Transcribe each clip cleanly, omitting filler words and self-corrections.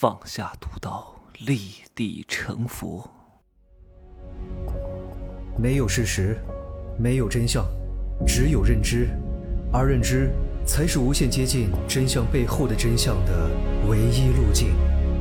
放下屠刀，立地成佛。 没有事实，没有真相，只有认知，而认知才是无限接近真相背后的真相的唯一路径。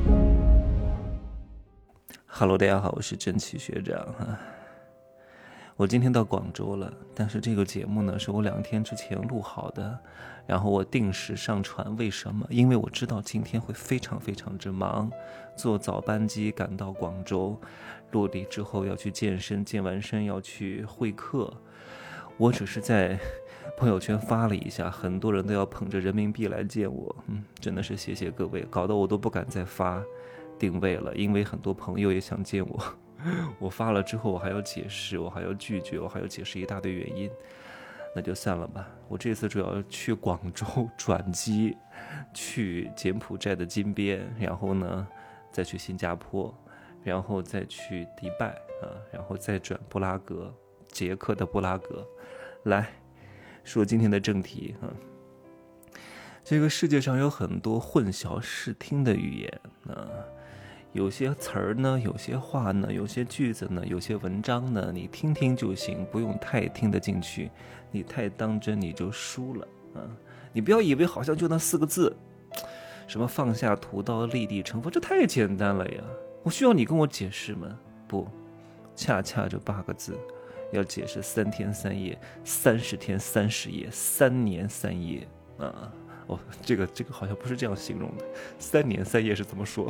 Hello， 大家好，我是真奇学长。我今天到广州了，但是这个节目呢是我2天之前录好的，然后我定时上传。为什么？因为我知道今天会非常之忙，坐早班机赶到广州，落地之后要去健身，健完身要去会客。我只是在朋友圈发了一下，很多人都要捧着人民币来见我，真的是谢谢各位，搞得我都不敢再发定位了，因为很多朋友也想见我。我发了之后我还要解释，我还要拒绝，我还要解释一大堆原因，那就算了吧。我这次主要去广州转机，去柬埔寨的金边，然后呢再去新加坡，然后再去迪拜然后再转布拉格，捷克的布拉格。来说今天的正题这个世界上有很多混淆视听的语言有些词儿呢，有些话呢，有些句子呢，有些文章呢，你听听就行，不用太听得进去，你太当真你就输了你不要以为好像就那4个字，什么放下屠刀立地成佛，这太简单了呀，我需要你跟我解释吗？不，恰恰这8个字要解释3天3夜30天30夜3年3夜这个好像不是这样形容的，3年3夜是怎么说？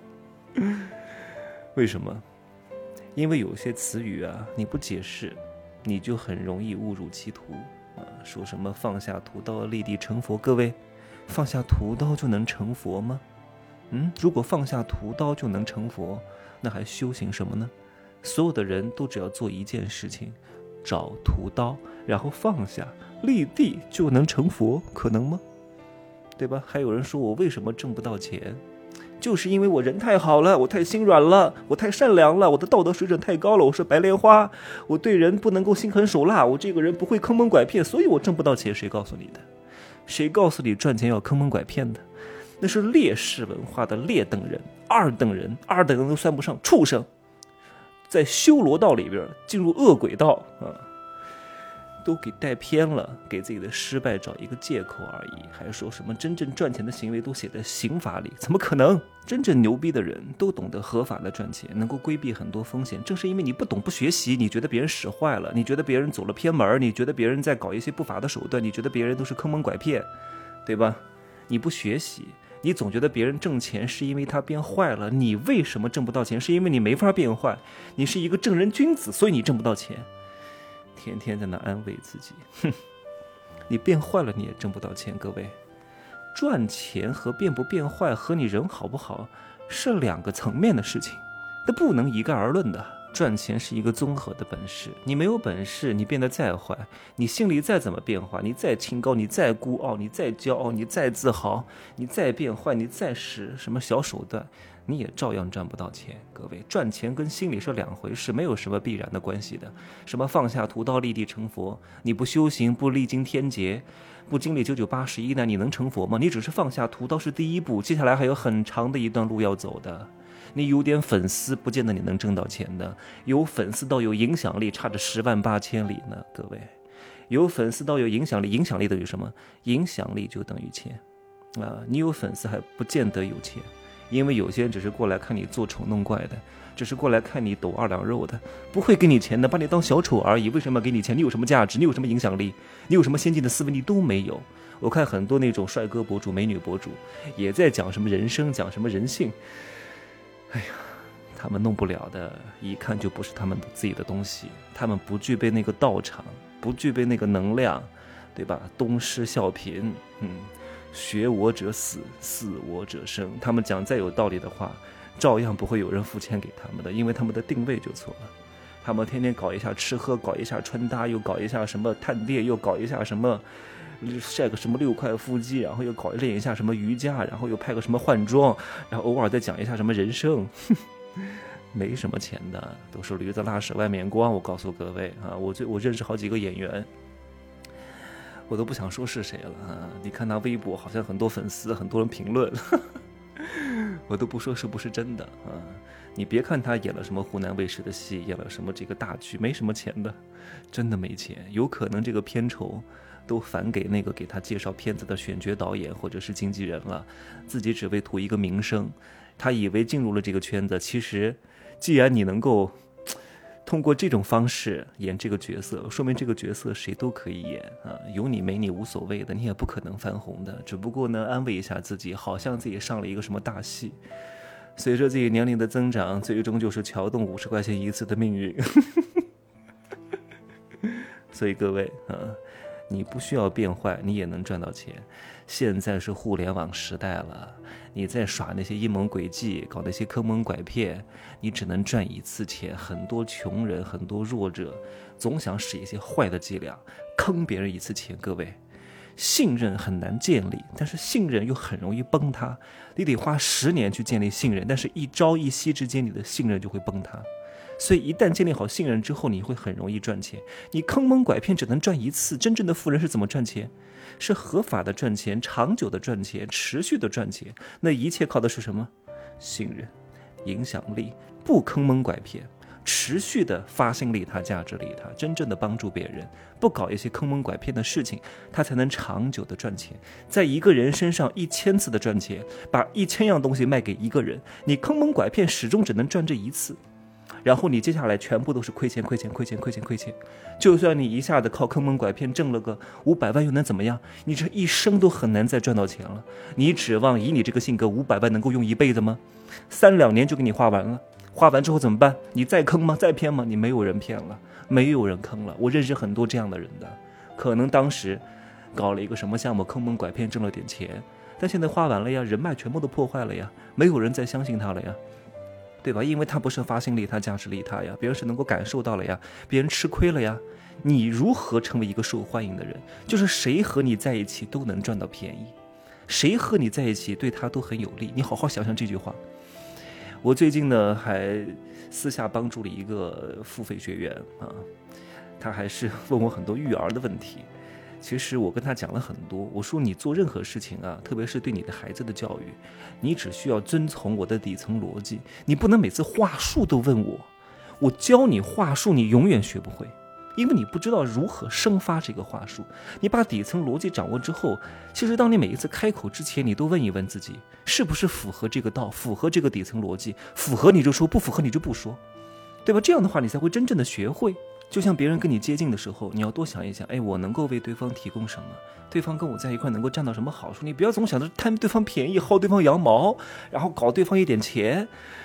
为什么？因为有些词语你不解释，你就很容易误入歧途说什么放下屠刀立地成佛，各位，放下屠刀就能成佛吗？如果放下屠刀就能成佛，那还修行什么呢？所有的人都只要做一件事情，找屠刀，然后放下，立地就能成佛，可能吗？对吧？还有人说我为什么挣不到钱？就是因为我人太好了，我太心软了，我太善良了，我的道德水准太高了，我是白莲花，我对人不能够心狠手辣，我这个人不会坑蒙拐骗，所以我挣不到钱。谁告诉你的？谁告诉你赚钱要坑蒙拐骗的？那是劣势文化的劣等人，二等人都算不上，畜生，在修罗道里边进入恶鬼道都给带偏了，给自己的失败找一个借口而已，还说什么真正赚钱的行为都写在刑法里，怎么可能？真正牛逼的人都懂得合法的赚钱，能够规避很多风险。正是因为你不懂不学习，你觉得别人使坏了，你觉得别人走了偏门，你觉得别人在搞一些不法的手段，你觉得别人都是坑蒙拐骗，对吧？你不学习，你总觉得别人挣钱是因为他变坏了，你为什么挣不到钱？是因为你没法变坏，你是一个正人君子，所以你挣不到钱。天天在那安慰自己，你变坏了你也挣不到钱。各位，赚钱和变不变坏和你人好不好是2个层面的事情，那不能一概而论的。赚钱是一个综合的本事，你没有本事，你变得再坏，你心里再怎么变化，你再清高，你再孤傲，你再骄傲，你再自豪，你再变坏，你再使什么小手段，你也照样赚不到钱。各位，赚钱跟心理是2回事，没有什么必然的关系的。什么放下屠刀立地成佛，你不修行，不历经天劫，不经历9981难，你能成佛吗？你只是放下屠刀是第一步，接下来还有很长的一段路要走的。你有点粉丝不见得你能挣到钱的，有粉丝到有影响力差着10万8千里呢。各位，有粉丝到有影响力，影响力等于什么？影响力就等于钱你有粉丝还不见得有钱，因为有些人只是过来看你做丑弄怪的，只是过来看你抖2两肉的，不会给你钱的，把你当小丑而已。为什么给你钱？你有什么价值？你有什么影响力？你有什么先进的思维？你都没有。我看很多那种帅哥博主、美女博主也在讲什么人生，讲什么人性，哎呀，他们弄不了的，一看就不是他们自己的东西，他们不具备那个道场，不具备那个能量，对吧？东施效颦，学我者死，死我者生。他们讲再有道理的话，照样不会有人付钱给他们的，因为他们的定位就错了。他们天天搞一下吃喝，搞一下穿搭，又搞一下什么探店，又搞一下什么晒个什么6块腹肌，然后又练一下什么瑜伽，然后又拍个什么换装，然后偶尔再讲一下什么人生没什么钱的，都是驴子拉屎外面光。我告诉各位我认识好几个演员，我都不想说是谁了你看他微博好像很多粉丝，很多人评论我都不说是不是真的啊。你别看他演了什么湖南卫视的戏，演了什么这个大剧，没什么钱的，真的没钱，有可能这个片酬都返给那个给他介绍片子的选角导演或者是经纪人了，自己只为图一个名声。他以为进入了这个圈子，其实既然你能够通过这种方式演这个角色，说明这个角色谁都可以演啊，有你没你无所谓的，你也不可能翻红的。只不过呢，安慰一下自己，好像自己上了一个什么大戏。随着自己年龄的增长，最终就是桥洞50块钱一次的命运。所以各位啊，你不需要变坏，你也能赚到钱。现在是互联网时代了，你在耍那些阴谋诡计，搞那些坑蒙拐骗，你只能赚一次钱。很多穷人，很多弱者，总想使一些坏的伎俩，坑别人一次钱。各位，信任很难建立，但是信任又很容易崩塌。你得花10年去建立信任，但是一朝一夕之间，你的信任就会崩塌。所以一旦建立好信任之后，你会很容易赚钱。你坑蒙拐骗只能赚一次，真正的富人是怎么赚钱？是合法的赚钱，长久的赚钱，持续的赚钱。那一切靠的是什么？信任、影响力，不坑蒙拐骗，持续的发心利他、价值利他，真正的帮助别人，不搞一些坑蒙拐骗的事情，他才能长久的赚钱。在一个人身上1000次的赚钱，把1000样东西卖给一个人，你坑蒙拐骗始终只能赚这一次。然后你接下来全部都是亏钱。就算你一下子靠坑蒙拐骗挣了个500万，又能怎么样？你这一生都很难再赚到钱了。你指望以你这个性格500万能够用一辈子吗？3-2年就给你花完了，花完之后怎么办？你再坑吗？再骗吗？你没有人骗了，没有人坑了。我认识很多这样的人的，可能当时搞了一个什么项目，坑蒙拐骗挣了点钱，但现在花完了呀，人脉全部都破坏了呀，没有人再相信他了呀。对吧？因为他不是发心利他、价值利他呀，别人是能够感受到了呀，别人吃亏了呀。你如何成为一个受欢迎的人？就是谁和你在一起都能赚到便宜，谁和你在一起对他都很有利。你好好想想这句话。我最近呢还私下帮助了一个付费学员啊，他还是问我很多育儿的问题。其实我跟他讲了很多，我说你做任何事情啊，特别是对你的孩子的教育，你只需要遵从我的底层逻辑，你不能每次话术都问我教你话术，你永远学不会，因为你不知道如何生发这个话术。你把底层逻辑掌握之后，其实当你每一次开口之前，你都问一问自己，是不是符合这个道，符合这个底层逻辑，符合你就说，不符合你就不说，对吧？这样的话你才会真正的学会。就像别人跟你接近的时候，你要多想一想，我能够为对方提供什么，对方跟我在一块能够占到什么好处。你不要总想着贪对方便宜，薅对方羊毛，然后搞对方一点钱。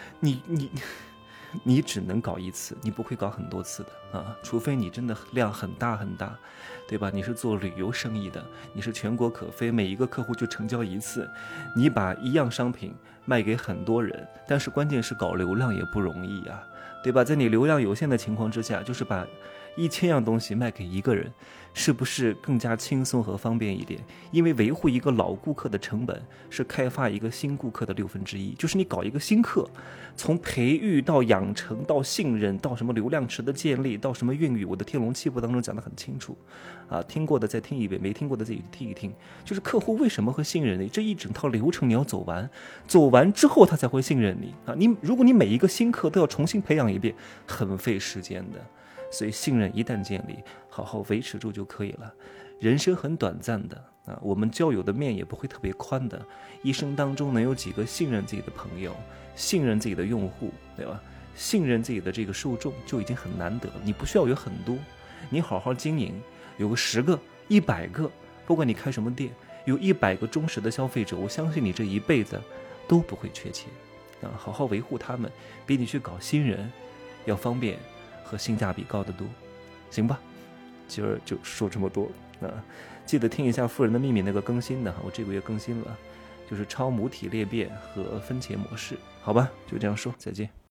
你只能搞一次，你不会搞很多次的啊，除非你真的量很大很大，对吧？你是做旅游生意的，你是全国可飞，每一个客户就成交一次，你把一样商品卖给很多人，但是关键是搞流量也不容易啊，对吧？在你流量有限的情况之下，就是把1000样东西卖给一个人，是不是更加轻松和方便一点？因为维护一个老顾客的成本是开发一个新顾客的1/6，就是你搞一个新客，从培育到养成到信任到什么流量池的建立到什么孕育，我的天龙七部当中讲得很清楚啊，听过的再听一遍，没听过的自己听一听。就是客户为什么会信任你，这一整套流程你要走完，走完之后他才会信任你啊。如果你每一个新客都要重新培养一遍，很费时间的。所以信任一旦建立，好好维持住就可以了。人生很短暂的啊，我们交友的面也不会特别宽的，一生当中能有几个信任自己的朋友，信任自己的用户，对吧？信任自己的这个受众就已经很难得了。你不需要有很多，你好好经营，有个10个、100个，不管你开什么店，有100个忠实的消费者，我相信你这一辈子都不会缺钱啊！好好维护他们，比你去搞新人要方便和性价比高得多，行吧？今儿就说这么多啊！记得听一下《富人的秘密》那个更新的，我这个月更新了，就是超母体裂变和分解模式，好吧？就这样说，再见。